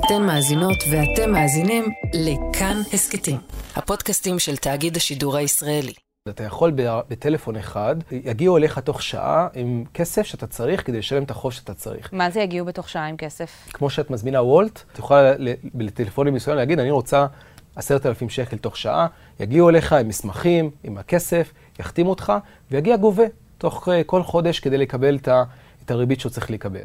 אתן מאזינות ואתם מאזינים לכאן הסקטים, הפודקאסטים של תאגיד השידור הישראלי. אתה יכול בטלפון אחד, יגיעו אליך תוך שעה עם כסף שאתה צריך כדי לשלם את החוב שאתה צריך. מה זה יגיעו בתוך שעה עם כסף? כמו שאת מזמינה וולט, את יכולה לטלפונים מסוים להגיד, אני רוצה 10,000 שקל תוך שעה, יגיעו אליך עם מסמכים, עם הכסף, יחתימו אותך, ויגיע גובה תוך כל חודש כדי לקבל את הריבית שהוא צריך לקבל.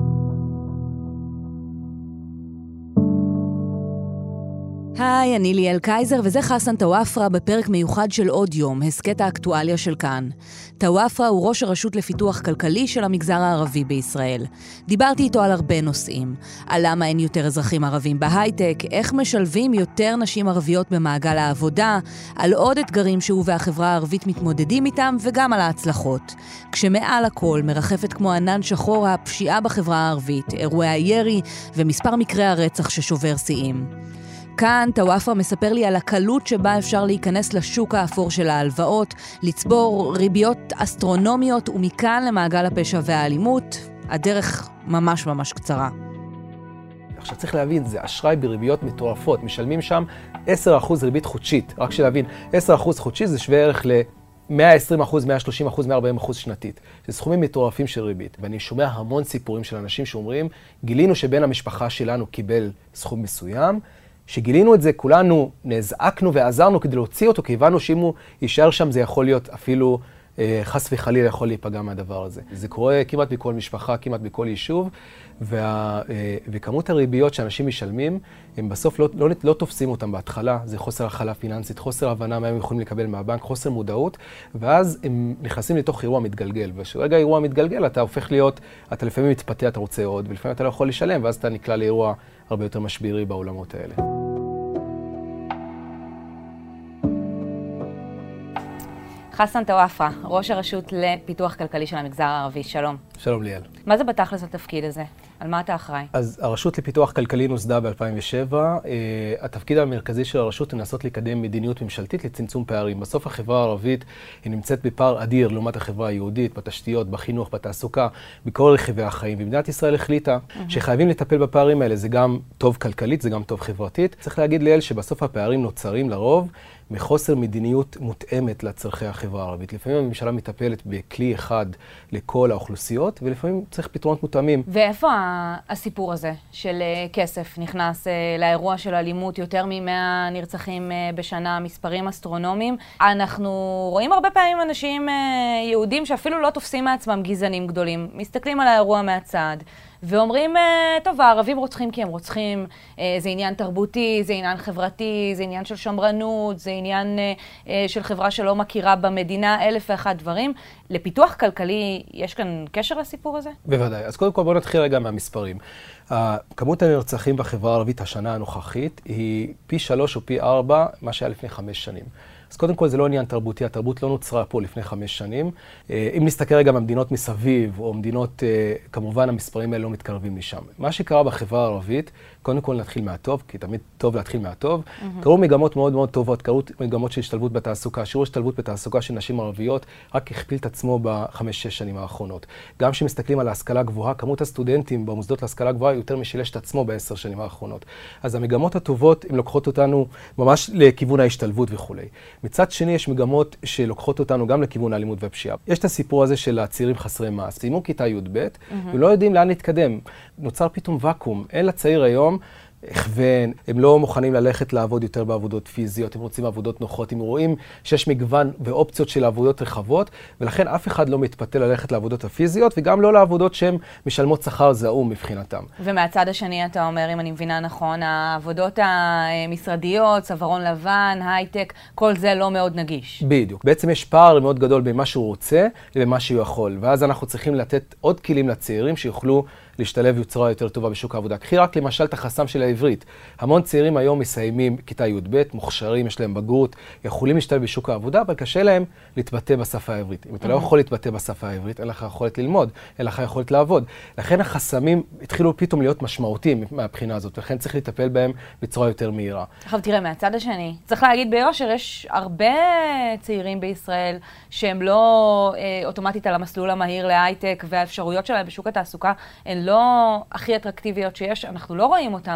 היי, אני ליאל קייזר, וזה חסן טוואפרה בפרק מיוחד של עוד יום, הסקט האקטואליה של כאן. טוואפרה הוא ראש הרשות לפיתוח כלכלי של המגזר הערבי בישראל. דיברתי איתו על הרבה נושאים. על למה אין יותר אזרחים ערבים בהייטק, איך משלבים יותר נשים ערביות במעגל העבודה, על עוד אתגרים שהוא והחברה הערבית מתמודדים איתם, וגם על ההצלחות. כשמעל הכל מרחפת כמו ענן שחור הפשיעה בחברה הערבית, אירועי הירי ומספר מקרי הרצח ששובר שיאים. כאן טוואפרה מספר לי על הקלות שבה אפשר להיכנס לשוק האפור של ההלוואות, לצבור ריביות אסטרונומיות ומכאן למעגל הפשע והאלימות. הדרך ממש ממש קצרה. עכשיו צריך להבין, זה אשראי בריביות מטורפות. משלמים שם 10% ריבית חודשית. רק שלהבין, 10% חודשית זה שווה ערך ל-120%, 130%, 140% שנתית. זה סכומים מטורפים של ריבית. ואני שומע המון סיפורים של אנשים שאומרים, גילינו שבן המשפחה שלנו קיבל סכום מסוים, שגילינו את זה, כולנו נזעקנו ועזרנו כדי להוציא אותו, כי הבנו שאם הוא יישאר שם, זה יכול להיות אפילו חס וחלילה יכול להיפגע מהדבר הזה. זה קורה כמעט בכל משפחה, כמעט בכל יישוב, וכמות הריביות שאנשים משלמים, הם בסוף לא תופסים אותם בהתחלה. זה חוסר הכלה פיננסית, חוסר הבנה מה הם יכולים לקבל מהבנק, חוסר מודעות, ואז הם נכנסים לתוך אירוע מתגלגל. ושרגע אירוע מתגלגל, אתה הופך להיות, אתה לפעמים מתפתח, אתה רוצה עוד, ולפעמים אתה לא יכול לשלם, ואז אתה נקלע לאירוע הרבה יותר משברי בעולמות האלה. חסן טוואפרה, ראש הרשות לפיתוח כלכלי של המגזר הערבי. שלום. שלום ליאל. מה זה בתכלס התפקיד הזה? על מה אתה אחראי? אז הרשות לפיתוח כלכלי נוסדה ב-2007. התפקיד המרכזי של הרשות הוא לנסות לקדם מדיניות ממשלתית לצמצום פערים. בסוף החברה הערבית היא נמצאת בפער אדיר לעומת החברה היהודית, בתשתיות, בחינוך, בתעסוקה, בכל רכיבי החיים. ומדינת ישראל החליטה שחייבים לטפל בפערים האלה. זה גם טוב כלכלית, זה גם טוב חברתית. צריך להגיד ליאל שבסוף הפערים נוצרים לרוב מחוסר מדיניות מותאמת לצרכי החברה הערבית. לפעמים הממשלה מטפלת בכלי אחד לכל האוכלוסיות, ולפעמים צריך פתרונות מותאמים. ואיפה הסיפור הזה של כסף נכנס לאירוע של אלימות? יותר מ-100 נרצחים בשנה, מספרים אסטרונומיים. אנחנו רואים הרבה פעמים אנשים יהודים שאפילו לא תופסים מעצמם גזענים גדולים. מסתכלים על האירוע מהצד. ואומרים, טוב, הערבים רוצחים כי הם רוצחים, זה עניין תרבותי, זה עניין חברתי, זה עניין של שמרנות, זה עניין של חברה שלא מכירה במדינה, 1,001 דברים. לפיתוח כלכלי, יש כאן קשר לסיפור הזה? בוודאי. אז קודם כל בואו נתחיל רגע מהמספרים. כמות הנרצחים בחברה הערבית השנה הנוכחית היא פי 3 או פי 4 מה שהיה לפני 5 שנים. אז קודם כל זה לא עניין תרבותי, התרבות לא נוצרה פה לפני 5 שנים. אם נסתכל רגע במדינות מסביב, או מדינות, כמובן המספרים האלה לא מתקרבים לשם. מה שקרה בחברה הערבית, קודם כל נתחיל מהטוב, כי תמיד טוב להתחיל מהטוב. קראו מגמות מאוד מאוד טובות, קראו מגמות של השתלבות בתעסוקה. שיעור השתלבות בתעסוקה של נשים ערביות רק הכפיל את עצמו ב5-6 שנים האחרונות. גם כשמסתכלים על ההשכלה גבוהה, כמות הסטודנטים במוסדות להשכלה גבוהה יותר משילש את עצמו ב10 שנים האחרונות. אז המגמות הטובות הן לוקחות אותנו ממש לכיוון ההשתלבות וכו'. מצד שני, יש מגמות שלוקחות אותנו גם לכיוון האלימות והפשיעה. יש את הסיפור הזה של הצעירים חסרי מעש. סיימו כיתה י"ב, ולא יודעים לאן להתקדם. נוצר פתאום וקום. אין לצעיר היום הכוון, הם לא מוכנים ללכת לעבוד יותר בעבודות פיזיות, הם רוצים עבודות נוחות, הם רואים שיש מגוון ואופציות של עבודות רחבות, ולכן אף אחד לא מתפתה ללכת לעבודות הפיזיות, וגם לא לעבודות שהן משלמות שכר זעום מבחינתם. ומהצד השני אתה אומר, אם אני מבינה נכון, העבודות המשרדיות, צווארון לבן, הייטק, כל זה לא מאוד נגיש. בדיוק. בעצם יש פער מאוד גדול בין מה שהוא רוצה למה שהוא יכול, ואז אנחנו צריכים לתת עוד כלים לצעירים שיוכלו להשתלב בצורה יותר טובה בשוק העבודה. קחי רק למשל את החסם של העברית. המון צעירים היום מסיימים כיתה י"ב, מוכשרים, יש להם בגרות, יכולים להשתלב בשוק העבודה, אבל קשה להם להתבטא בשפה העברית. אם אתה לא יכול להתבטא בשפה העברית, אין לך יכולת ללמוד, אין לך יכולת לעבוד. לכן החסמים התחילו פתאום להיות משמעותיים מהבחינה הזאת, לכן צריך לטפל בהם בצורה יותר מהירה. עכשיו תראה, מהצד השני, צריך להגיד ביושר, יש הרבה צעירים בישראל שהם לא אוטומטית על המסלול המהיר להייטק, והאפשרויות שלהם בשוק התעסוקה הן לא הכי אטרקטיביות שיש, אנחנו לא רואים אותם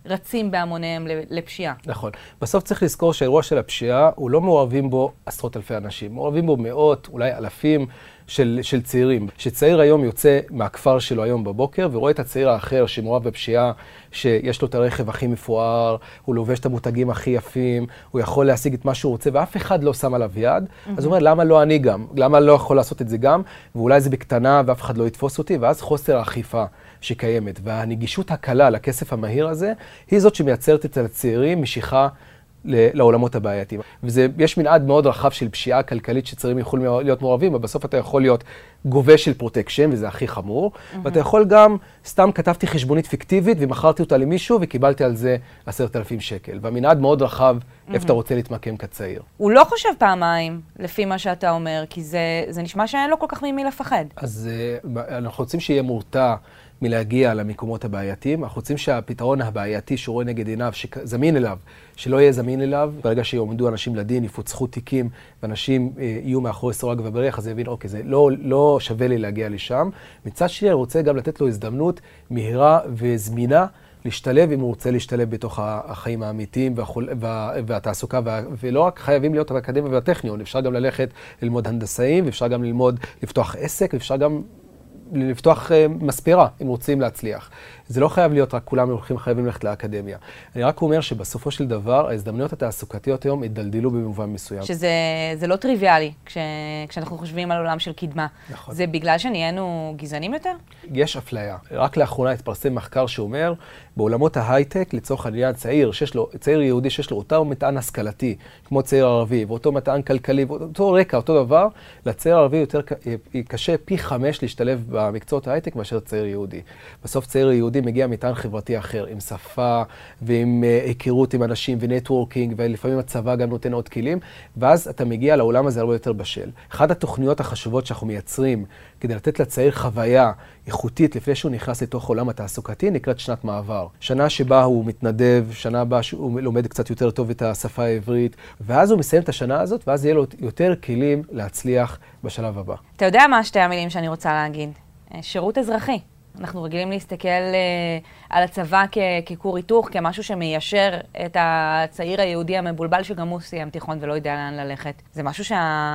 רצים בהמוניהם לפשיעה. נכון. בסוף צריך לזכור שהאירוע של הפשיעה, הוא לא מעורבים בו עשרות אלפי אנשים. מעורבים בו מאות, אולי אלפים של צעירים. שצעיר היום יוצא מהכפר שלו היום בבוקר, ורואה את הצעיר האחר שמעורב בפשיעה, שיש לו את הרכב הכי מפואר, הוא לובש את המותגים הכי יפים, הוא יכול להשיג את מה שהוא רוצה, ואף אחד לא שם עליו יד. אז הוא אומר, למה לא אני גם? למה לא יכול לעשות את זה גם? ואולי זה בקטנה ואף אחד לא יתפוס אותי, ואז חוסר האכיפה שקיימת. והנגישות הקלה לכסף המהיר הזה, היא זאת שמייצרת את הצעירים משיכה לעולמות הבעייתיים. ויש מנעד מאוד רחב של פשיעה כלכלית שצעירים יכולים להיות מעורבים, אבל בסוף אתה יכול להיות גובה של פרוטקשן, וזה הכי חמור, ואתה יכול גם, סתם כתבתי חשבונית פיקטיבית, ומכרתי אותה למישהו, וקיבלתי על זה 10,000 שקל. והמנעד מאוד רחב, איפה אתה רוצה להתמקם כצעיר. הוא לא חושב פעמיים, לפי מה שאתה אומר, כי זה נשמע שאין לו כל כך ממי לפחד. אז אנחנו רוצים שיהיה מורתע מלהגיע למקומות הבעייתיים. אנחנו רוצים שהפתרון הבעייתי שהוא רואה נגד עיניו, שזמין אליו, שלא יהיה זמין אליו. ברגע שיעמדו אנשים לדין, יפוצחו תיקים, ואנשים יהיו מאחורי סורג ובריח, אז יבין, אוקיי, זה לא שווה לי להגיע לשם. מצד שני, אני רוצה גם לתת לו הזדמנות מהירה וזמינה, להשתלב אם הוא רוצה להשתלב בתוך החיים האמיתיים והתעסוקה, ולא רק חייבים להיות באקדמיה והטכניון, אפשר גם ללכת ללמוד הנדסאים, ואפשר גם ללמוד לפתוח עסק, ואפשר גם לפתוח מספרה, אם רוצים להצליח. זה לא חייב להיות רק כולם חייבים ללכת לאקדמיה. אני רק אומר שבסופו של דבר, ההזדמנויות התעסוקתיות היום התדלדלו במובן מסוים. שזה לא טריוויאלי כשאנחנו חושבים על עולם של קדמה. נכון. זה בגלל שנהיינו גזענים יותר? יש אפליה. רק לאחרונה התפרסם מחקר שאומר, בעולמות ההייטק, לצורך העניין צעיר יהודי שיש לו אותו מטען השכלתי, כמו צעיר ערבי, ואותו מטען כלכלי, ואותו רקע, אותו דבר, לצעיר ערבי יותר קשה פי 5 להשתלב במקצועות ההייטק מאשר צעיר יהודי. בסוף צעיר יהודי מגיע מטען חברתי אחר, עם שפה ועם היכרות עם אנשים ונטוורקינג, ולפעמים הצבא גם נותן עוד כלים, ואז אתה מגיע לעולם הזה הרבה יותר בשל. אחת התוכניות החשובות שאנחנו מייצרים כדי לתת לצעיר חוויה איכותית לפני שהוא נכנס לתוך עולם התעסוקתי, נקראת שנת מעבר. שנה שבה הוא מתנדב, שנה הבאה שהוא לומד קצת יותר טוב את השפה העברית, ואז הוא מסיים את השנה הזאת, ואז יהיה לו יותר כלים להצליח בשלב הבא. אתה יודע מה שתי המילים שאני רוצה להגיד? שירות אזרחי. אנחנו רגילים להסתכל על הצבא ככור היתוך, כמשהו שמיישר את הצעיר היהודי המבולבל שגם הוא סיים תיכון ולא יודע לאן ללכת. זה משהו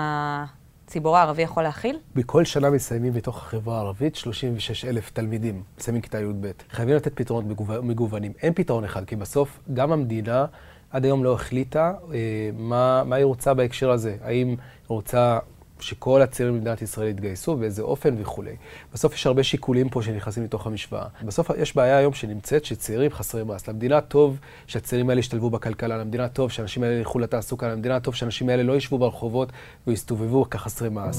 שהציבור הערבי יכול להכיל? בכל שנה מסיימים בתוך החברה הערבית 36,000 תלמידים, מסיימים כיתה י"ב. חייבים לתת פתרונות מגוונים. אין פתרון אחד, כי בסוף גם המדינה עד היום לא החליטה מה היא רוצה בהקשר הזה. האם היא רוצה שכל הצעירים במדינת ישראל יתגייסו, באיזה אופן וכו'. בסוף יש הרבה שיקולים פה שנכנסים לתוך המשוואה. בסוף יש בעיה היום שנמצאת שצעירים חסרי מעש. למדינה טוב שהצעירים האלה ישתלבו בכלכלה, למדינה טוב שהאנשים האלה ילכו לתעסוקה, למדינה טוב שהאנשים האלה לא ישבו ברחובות ויסתובבו כחסרי מעש.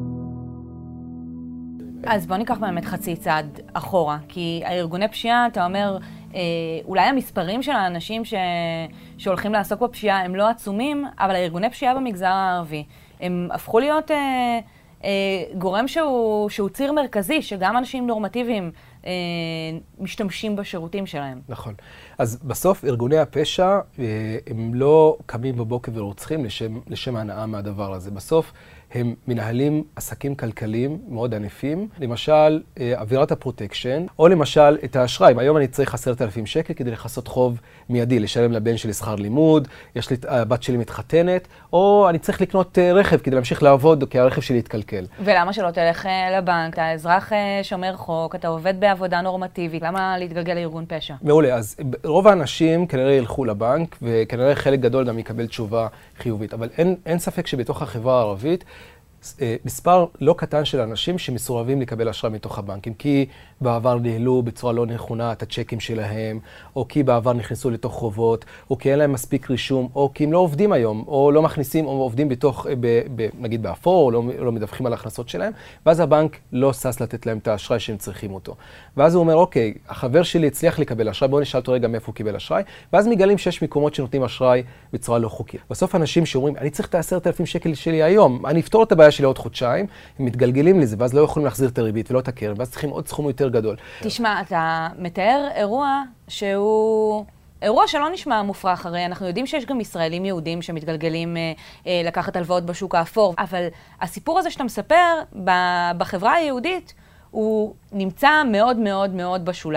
אז בוא ניקח באמת חצי צעד אחורה, כי הארגוני פשיעה, אתה אומר, אולי המספרים של האנשים שהולכים לעסוק בפשיעה הם לא עצומים, אבל הארגוני פשיעה במגזר הערבי, הם הפכו להיות גורם שהוא ציר מרכזי, שגם אנשים נורמטיביים משתמשים בשירותים שלהם. נכון. אז בסוף ארגוני הפשע הם לא קמים בבוקר ורוצחים לשם הנאה מהדבר הזה. בסוף הם מנהלים עסקים כלכליים מאוד ענפים, למשל אווירת הפרוטקשן, או למשל את האשראי. היום אני צריך 10,000 שקל כדי לכסות חוב מיידי, לשלם לבן שלי שכר לימוד, יש לי, הבת שלי מתחתנת, או אני צריך לקנות רכב כדי להמשיך לעבוד, כי הרכב שלי יתקלקל. ולמה שלא תלך לבנק? אתה אזרח שומר חוק, אתה עובד בעבודה נורמטיבית, למה להתגלגל לארגון פשע? מעולה, אז רוב האנשים כנראה ילכו לבנק, וכנראה חלק גדול גם יקבל תשובה חיובית, אבל אין ספק שבתוך החברה הערבית, מספר לא קטן של אנשים שמסורבים לקבל אשראי מתוך הבנקים, כי בעבר ניהלו בצורה לא נכונה את הצ'קים שלהם, או כי בעבר נכנסו לתוך חובות, או כי אין להם מספיק רישום, או כי הם לא עובדים היום, או לא מכניסים, או עובדים נגיד באפור, או לא מדווחים על ההכנסות שלהם, ואז הבנק לא סס לתת להם את האשראי שהם צריכים אותו. ואז הוא אומר, אוקיי, החבר שלי הצליח לקבל אשראי, בואו נשאל אותו רגע מאיפה הוא קיבל אשראי, ואז מגלים שיש מקומות שנותנים אשראי בצורה לא חוקית. בסוף אנשים שאומרים, אני צריך את 10,000 שקל שלי היום, אני אפתור את הבעיה שלי עוד חודשיים, הם מתגלגלים לזה, ואז לא יכולים להחזיר את הריבית ולא את הקרן, ואז צריכים עוד סכום יותר גדול. תשמע, אתה מתאר אירוע שהוא אירוע שלא נשמע מופרך, הרי אנחנו יודעים שיש גם ישראלים יהודים שמתגלגלים לקחת הלוואות בשוק האפור, אבל הסיפור הזה שאתה מספר בחברה היהודית הוא נמצא מאוד מאוד מאוד בשוליים.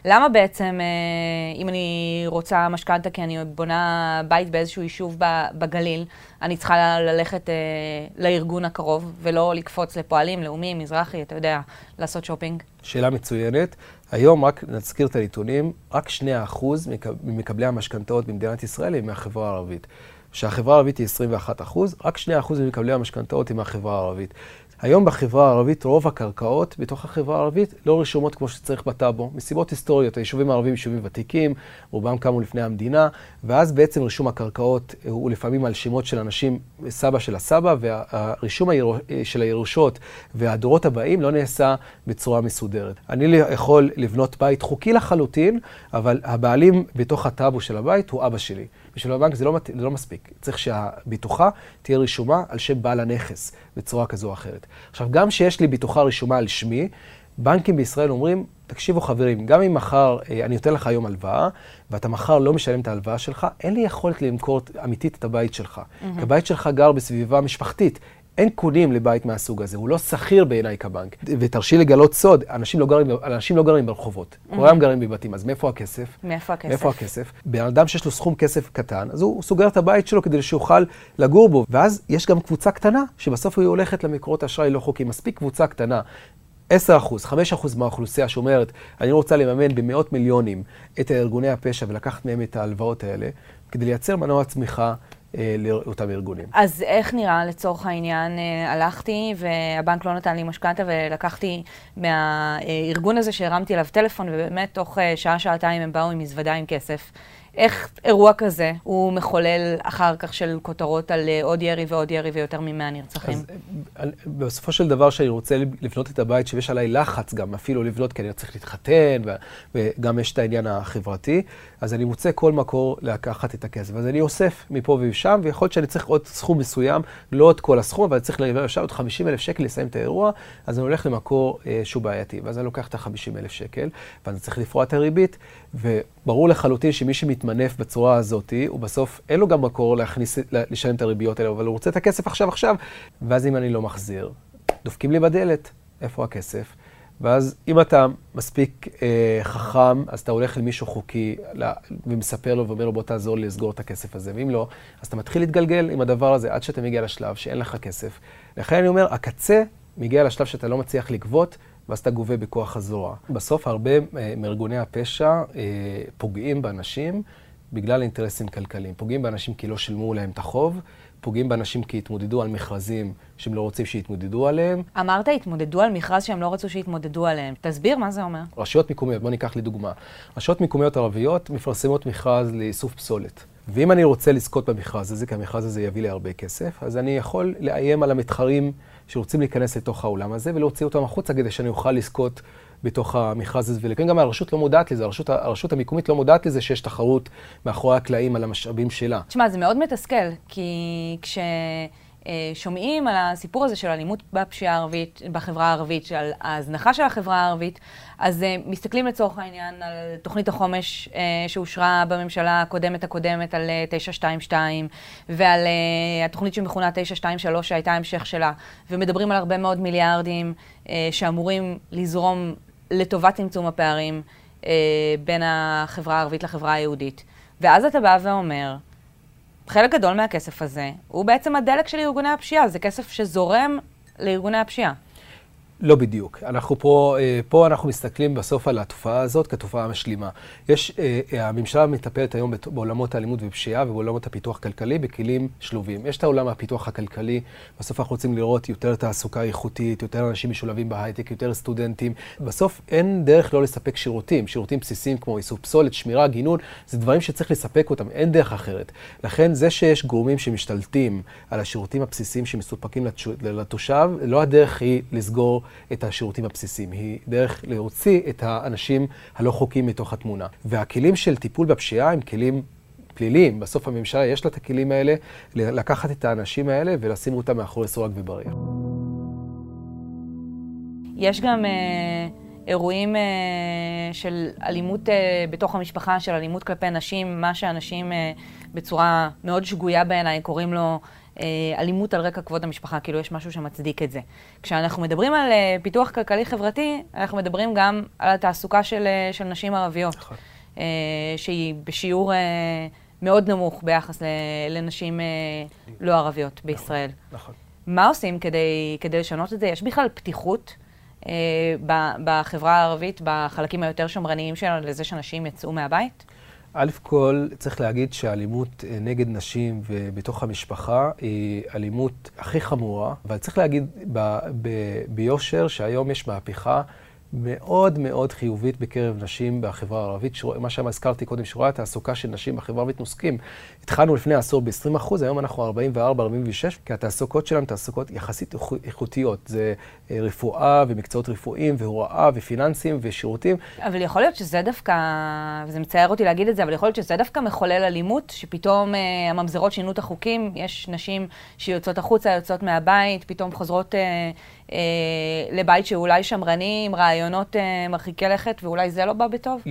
למה בעצם, אם אני רוצה משכנתא כי אני בונה בית באיזשהו יישוב בגליל, אני צריכה ללכת לארגון הקרוב ולא לקפוץ לפועלים, לאומי, מזרחי, אתה יודע, לעשות שופינג? שאלה מצוינת. היום רק נזכיר את הנתונים, רק 2% ממקבלי המשכנתאות במדינת ישראל הם מהחברה הערבית. שהחברה הערבית היא 21%, רק 2% ממקבלי המשכנתאות הם מהחברה הערבית. היום בחברה הערבית, רוב הקרקעות בתוך החברה הערבית לא רשומות כמו שצריך בטאבו, מסיבות היסטוריות. היישובים הערבים יישובים ותיקים, רובם קמו לפני המדינה, ואז בעצם רישום הקרקעות הוא לפעמים על שמות של אנשים, סבא של הסבא, והרישום של הירושות והדורות הבאים לא נעשה בצורה מסודרת. אני יכול לבנות בית חוקי לחלוטין, אבל הבעלים בתוך הטאבו של הבית הוא אבא שלי. בשביל הבנק זה לא מספיק. צריך שהביטוחה תהיה רישומה על שם בעל הנכס בצורה כזו או אחרת. עכשיו, גם שיש לי ביטוחה רישומה על שמי, בנקים בישראל אומרים, תקשיבו חברים, גם אם מחר אני נותן לך היום הלוואה, ואתה מחר לא משלם את ההלוואה שלך, אין לי יכולת למכור אמיתית את הבית שלך. כי הבית שלך גר בסביבה משפחתית. אין קונים לבית מהסוג הזה, הוא לא שכיר בעיניי כבנק. ותרשי לגלות סוד, אנשים לא גרים ברחובות, כולם גרים בבתים, אז מאיפה הכסף? מאיפה הכסף? בן אדם שיש לו סכום כסף קטן, אז הוא סוגר את הבית שלו כדי שיוכל לגור בו, ואז יש גם קבוצה קטנה, שבסוף היא הולכת למקורות אשראי לא חוקיים, מספיק קבוצה קטנה. 10%, 5% מהאוכלוסייה שאומרת, אני רוצה לממן במאות מיליונים את ארגוני הפשע ולקחת מהם את ההלוואות האלה, כדי לייצר מנוע צמיחה לאותם ארגונים. אז איך נראה לצורך העניין? הלכתי והבנק לא נתן לי משכנתא ולקחתי מהארגון הזה שהרמתי עליו טלפון, ובאמת תוך שעה-שעתיים הם באו עם מזוודה עם כסף. איך אירוע כזה הוא מחולל אחר כך של כותרות על עוד ירי ועוד ירי ויותר מ100 נרצחים? אז בסופו של דבר שאני רוצה לבנות את הבית, שיש עליי לחץ גם אפילו לבנות, כי אני צריך להתחתן, וגם יש את העניין החברתי, אז אני מוצא כל מקור לקחת את הכסף. אז אני אוסף מפה ומשם, ויכול להיות שאני צריך עוד סכום מסוים, לא את כל הסכום, אבל אני צריך לשם עוד 50,000 שקל לסיים את האירוע, אז אני הולך למקור שהוא בעייתי, ואז אני לוקח את ה-50,000 שקל, ואני צריך לפרוע את הריבית, וברור לחלוטין שמי שמתמנף בצורה הזאת, הוא בסוף אין לו גם מקור לשלם את הריביות האלה, אבל הוא רוצה את הכסף עכשיו, ואז אם אני לא מחזיר, דופקים לי בדלת, איפה הכסף? ואז אם אתה מספיק חכם, אז אתה הולך למישהו חוקי ומספר לו ואומר לו בוא תעזור לי לסגור את הכסף הזה, ואם לא, אז אתה מתחיל להתגלגל עם הדבר הזה עד שאתה מגיע לשלב שאין לך כסף. לכן אני אומר, הקצה מגיע לשלב שאתה לא מצליח לגבות, ואז אתה גובה בכוח הזרוע. בסוף הרבה מארגוני הפשע פוגעים באנשים בגלל אינטרסים כלכליים. פוגעים באנשים כי לא שילמו להם את החוב, פוגעים באנשים כי התמודדו על מכרזים שהם לא רוצים שיתמודדו עליהם. אמרת, התמודדו על מכרז שהם לא רצו שיתמודדו עליהם. תסביר מה זה אומר. רשויות מקומיות, בוא ניקח לדוגמה. רשויות מקומיות ערביות מפרסמות מכרז לאיסוף פסולת. ואם אני רוצה לזכות במכרז הזה, כי המכרז הזה יביא לי הרבה כסף, אז אני יכול לאיים על המתחרים שרוצים להיכנס לתוך העולם הזה ולהוציא אותם החוצה כדי שאני אוכל לזכות בתוך המכרז הזה. ולכן גם הרשות לא מודעת לזה, הרשות המקומית לא מודעת לזה שיש תחרות מאחורי הקלעים על המשאבים שלה. תשמע, זה מאוד מתסכל, כי כששומעים על הסיפור הזה של אלימות בפשיעה הערבית, בחברה הערבית, של ההזנחה של החברה הערבית, אז מסתכלים לצורך העניין על תוכנית החומש שאושרה בממשלה הקודמת על 922, ועל התוכנית שמכונה 923 שהייתה המשך שלה, ומדברים על הרבה מאוד מיליארדים שאמורים לזרום לטובת צמצום הפערים בין החברה הערבית לחברה היהודית. ואז אתה בא ואומר, חלק גדול מהכסף הזה הוא בעצם הדלק של ארגוני הפשיעה, זה כסף שזורם לארגוני הפשיעה. לא בדיוק. אנחנו פה אנחנו מסתכלים בסוף על התופעה הזאת כתופעה משלימה. הממשלה מטפלת היום בעולמות האלימות ופשיעה ובעולמות הפיתוח הכלכלי בכלים שלובים. יש את העולם הפיתוח הכלכלי, בסוף אנחנו רוצים לראות יותר תעסוקה איכותית, יותר אנשים משולבים בהייטק, יותר סטודנטים. בסוף אין דרך לא לספק שירותים בסיסיים כמו איסוף פסולת, שמירה, גינון, זה דברים שצריך לספק אותם, אין דרך אחרת. לכן זה שיש גורמים שמשתלטים על השירותים הבסיסיים שמסופקים לתושב, לא הדרך היא לסגור את השירותים הבסיסיים, היא דרך להוציא את האנשים הלא חוקיים מתוך התמונה. והכלים של טיפול בפשיעה הם כלים פליליים. בסוף הממשלה יש לה את הכלים האלה, לקחת את האנשים האלה ולשים אותם מאחורי סורג ובריח. יש גם אירועים של אלימות בתוך המשפחה, של אלימות כלפי נשים, מה שאנשים בצורה מאוד שגויה בעיניי קוראים לו אלימות על רקע כבוד המשפחה, כאילו יש משהו שמצדיק את זה. כשאנחנו מדברים על פיתוח כלכלי-חברתי, אנחנו מדברים גם על התעסוקה של נשים ערביות, שהיא בשיעור מאוד נמוך ביחס לנשים לא ערביות בישראל. נכון. מה עושים כדי לשנות את זה? יש בכלל פתיחות בחברה הערבית, בחלקים היותר שמרניים שלה, לזה שנשים יצאו מהבית? א' כל, צריך להגיד שהאלימות נגד נשים ובתוך המשפחה היא אלימות הכי חמורה, אבל צריך להגיד ביושר שהיום יש מהפכה מאוד מאוד חיובית בקרב נשים בחברה הערבית. מה שהזכרתי קודם, שרואה התעסוקה של נשים בחברה הערבית נוסקים. התחלנו לפני עשור ב-20%, היום אנחנו 44-46, כי התעסוקות שלנו תעסוקות יחסית איכותיות. זה רפואה ומקצועות רפואיים והוראה ופיננסים ושירותים. אבל יכול להיות שזה דווקא, וזה מצער אותי להגיד את זה, אבל יכול להיות שזה דווקא מחולל אלימות, שפתאום הממזרות שינו את החוקים, יש נשים שיוצאות החוצה, יוצאות מהבית, פתאום חוזרות לבית שאולי שמרני, עם רעיונות מרחיקי לכת, ואולי זה לא בא בטוב?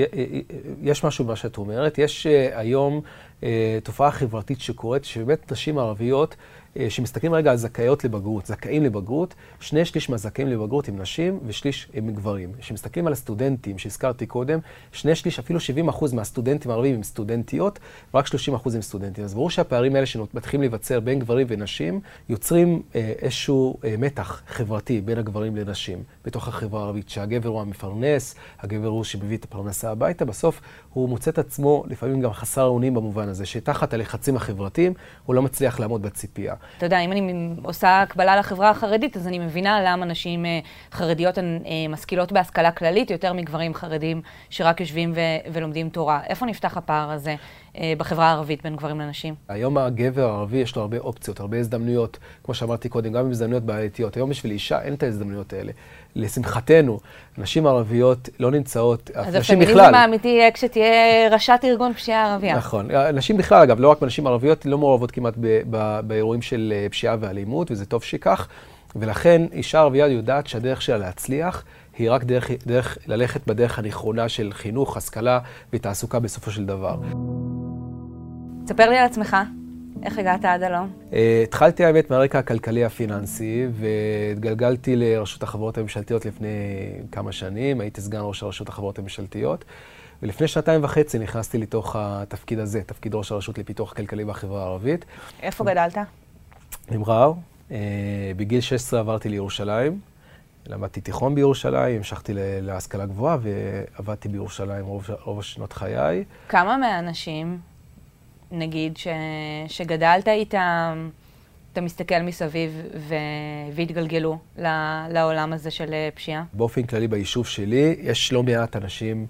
יש משהו במה שאת אומרת. יש היום תופעה חברתית שקורית, שבאמת נשים ערביות, שמסתכלים רגע על זכאיות לבגרות, זכאים לבגרות, 2/3 מהזכאים לבגרות הם נשים ושליש הם גברים. כשמסתכלים על הסטודנטים שהזכרתי קודם, 2/3, אפילו 70% מהסטודנטים הערבים הם סטודנטיות, ורק 30% הם סטודנטים. אז ברור שהפערים האלה שמתחילים להיווצר בין גברים ונשים, יוצרים איזשהו מתח חברתי בין הגברים לנשים בתוך החברה הערבית, שהגבר הוא המפרנס, הגבר הוא שמביא את הפרנסה הביתה, בסוף הוא מוצא את עצמו לפעמים גם חסר אונים במובן הזה, שתחת הלחצים החברתיים הוא לא מצליח לעמוד בציפייה. אתה יודע, אם אני עושה הקבלה לחברה החרדית, אז אני מבינה למה נשים חרדיות משכילות בהשכלה כללית, יותר מגברים חרדים שרק יושבים ולומדים תורה. איפה נפתח הפער הזה בחברה הערבית בין גברים לנשים? היום הגבר הערבי יש לו הרבה אופציות, הרבה הזדמנויות, כמו שאמרתי קודם, גם הזדמנויות בעייתיות. היום בשביל אישה אין את ההזדמנויות האלה. לשמחתנו, נשים ערביות לא נמצאות, אז הפמיניזם האמיתי יהיה כשתהיה ראשת ארגון פשיעה ערבייה. נכון. נשים בכלל, אגב, לא רק בנשים ערביות, לא מעורבות כמעט באירועים של פשיעה ואלימות, וזה טוב שכך. ולכן אישה ערבייה יודעת שהדרך שלה להצליח היא רק דרך ללכת בדרך הנכונה של חינוך, השכלה ותעסוקה בסופו של דבר. תספר לי על עצמך. איך הגעת עד הלום? התחלתי האמת מהרקע הכלכלי הפיננסי, והתגלגלתי לרשות החברות הממשלתיות לפני כמה שנים. הייתי סגן ראש הרשות החברות הממשלתיות, ולפני 2.5 נכנסתי לתוך התפקיד הזה, תפקיד ראש הרשות לפיתוח כלכלי בחברה הערבית. איפה גדלת? במע'אר. בגיל 16 עברתי לירושלים. למדתי תיכון בירושלים, המשכתי להשכלה גבוהה ועבדתי בירושלים רוב שנות חיי. כמה מהאנשים, נגיד, שגדלת איתם, אתה מסתכל מסביב והתגלגלו לעולם הזה של פשיעה? באופן כללי ביישוב שלי יש לא מעט אנשים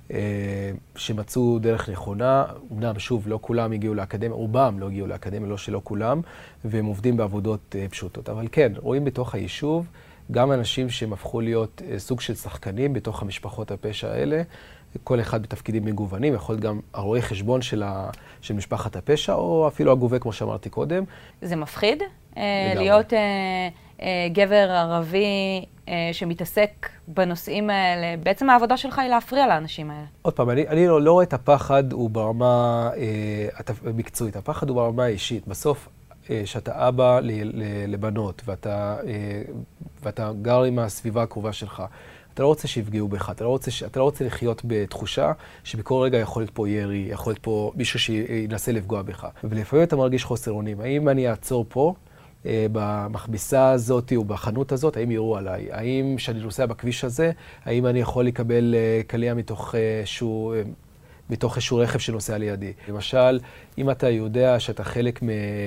שמצאו דרך נכונה. אמנם שוב, לא כולם הגיעו לאקדמיה, רובם לא הגיעו לאקדמיה, לא שלא כולם, והם עובדים בעבודות פשוטות. אבל כן, רואים בתוך היישוב גם אנשים שהם הפכו להיות סוג של שחקנים בתוך המשפחות הפשע האלה, כל אחד בתפקידים מגוונים, יכול להיות גם הרואה חשבון של משפחת הפשע, או אפילו הגובה, כמו שאמרתי קודם. זה מפחיד להיות גבר ערבי שמתעסק בנושאים האלה. בעצם העבודה שלך היא להפריע לאנשים האלה. עוד פעם, אני לא רואה את הפחד הוא ברמה מקצועית, הפחד הוא ברמה האישית. בסוף, שאתה אבא לבנות, ואתה גר עם הסביבה הקרובה שלך, אתה לא רוצה שיפגעו בך, אתה לא רוצה לחיות בתחושה שבכל רגע יכול להיות פה ירי, יכול להיות פה מישהו שינסה לפגוע בך. ולפעמים אתה מרגיש חוסר אונים. האם אני אעצור פה, במכביסה הזאת או בחנות הזאת, האם יראו עליי? האם כשאני נוסע בכביש הזה, האם אני יכול לקבל קליעה מתוך איזשהו רכב שנוסע לידי? למשל, אם אתה יודע שאתה חלק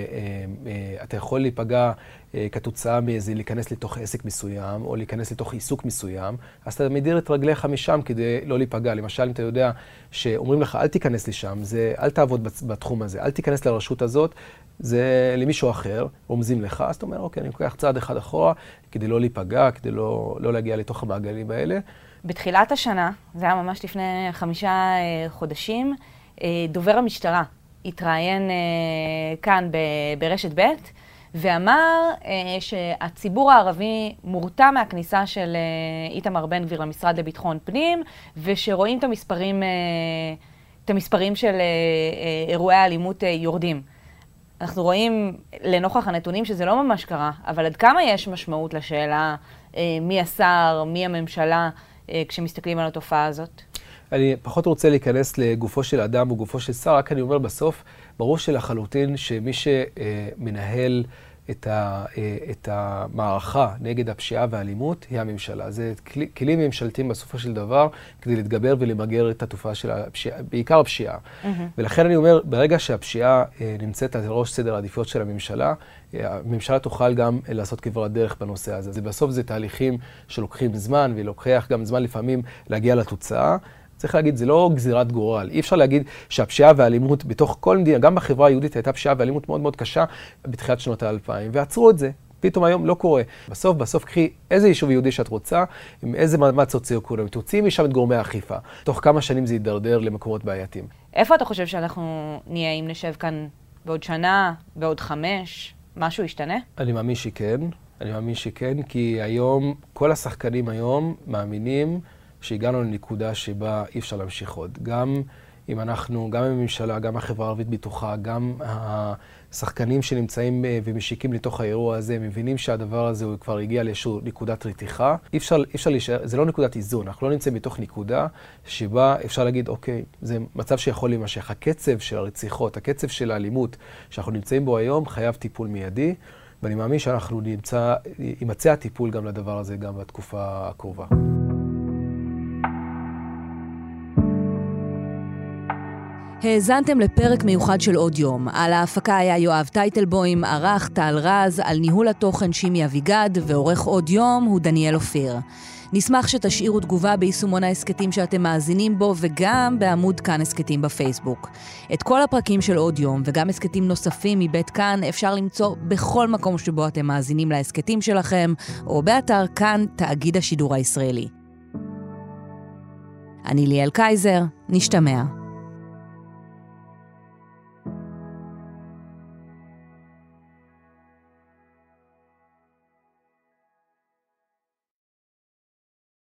אתה יכול להיפגע כתוצאה מאיזה להיכנס לתוך עסק מסוים, או להיכנס לתוך עיסוק מסוים, אז אתה מדיר את רגליך משם כדי לא להיפגע. למשל, אם אתה יודע שאומרים לך, אל תיכנס לשם, אל תעבוד בתחום הזה, אל תיכנס לרשות הזאת, זה למישהו אחר, רומזים לך, אז אתה אומר, אוקיי, אני לוקח צעד אחד אחורה, כדי לא להיפגע, כדי לא להגיע לתוך המעגלים האלה. בתחילת השנה, זה היה ממש לפני 5 חודשים, דובר המשטרה התראיין כאן ברשת ב' ואמר שהציבור הערבי מורתע מהכניסה של איתמר בן גביר למשרד לביטחון פנים, ושרואים את המספרים של אירועי האלימות יורדים. אנחנו רואים לנוכח הנתונים שזה לא ממש קרה, אבל עד כמה יש משמעות לשאלה מי השר, מי הממשלה, כשמסתכלים על התופעה הזאת? אני פחות רוצה להיכנס לגופו של אדם או גופו של שר, רק אני אומר בסוף, ברור שלחלוטין שמי שמנהל את המערכה נגד הפשיעה והאלימות היא הממשלה. זה כלים ממשלתיים בסופו של דבר כדי להתגבר ולמגר את התופעה של הפשיעה, בעיקר הפשיעה. ולכן אני אומר, ברגע שהפשיעה נמצאת על ראש סדר העדיפויות של הממשלה, הממשלה תוכל גם לעשות כברת דרך בנושא הזה. בסוף זה תהליכים שלוקחים זמן, ולוקח גם זמן לפעמים להגיע לתוצאה. צריך להגיד, זה לא גזירת גורל. אי אפשר להגיד שהפשיעה והאלימות בתוך כל מדינה, גם בחברה היהודית הייתה פשיעה ואלימות מאוד מאוד קשה בתחילת שנות ה-2000, ועצרו את זה. פתאום היום לא קורה. בסוף קחי איזה יישוב יהודי שאת רוצה, עם איזה מעמד סוציו-אקונומי, תוציאי משם את גורמי האכיפה. תוך כמה שנים זה יידרדר למקומות בעייתיים. איפה אתה חושב שאנחנו נהיה אם נשב כאן בעוד שנה, בעוד 5, משהו ישתנה? אני מאמין שכן, כי היום, כל השחקנים היום מאמינים שהגענו לנקודה שבה אי אפשר להמשיך עוד. גם אם הממשלה, גם החברה הערבית בתוכה, גם השחקנים שנמצאים ומשיקים לתוך האירוע הזה, מבינים שהדבר הזה הוא כבר הגיע לאיזושהי נקודת רתיחה. אי אפשר להישאר, זה לא נקודת איזון, אנחנו לא נמצאים בתוך נקודה שבה אפשר להגיד, אוקיי, זה מצב שיכול להימשך. הקצב של הרציחות, הקצב של האלימות שאנחנו נמצאים בו היום, חייב טיפול מיידי, ואני מאמין שאנחנו יימצא הטיפול גם לדבר הזה גם בתקופה הקרובה. האזנתם לפרק מיוחד של עוד יום. על ההפקה היה יואב טייטלבוים, ערך טל רז, על ניהול התוכן שימי אביגד, ועורך עוד יום הוא דניאל אופיר. נשמח שתשאירו תגובה ביישומון ההסקטים שאתם מאזינים בו, וגם בעמוד כאן הסקטים בפייסבוק. את כל הפרקים של עוד יום, וגם הסקטים נוספים מבית כאן, אפשר למצוא בכל מקום שבו אתם מאזינים להסקטים שלכם, או באתר כאן, תאגיד השידור הישראלי. אני ליאל קייזר, נשתמע.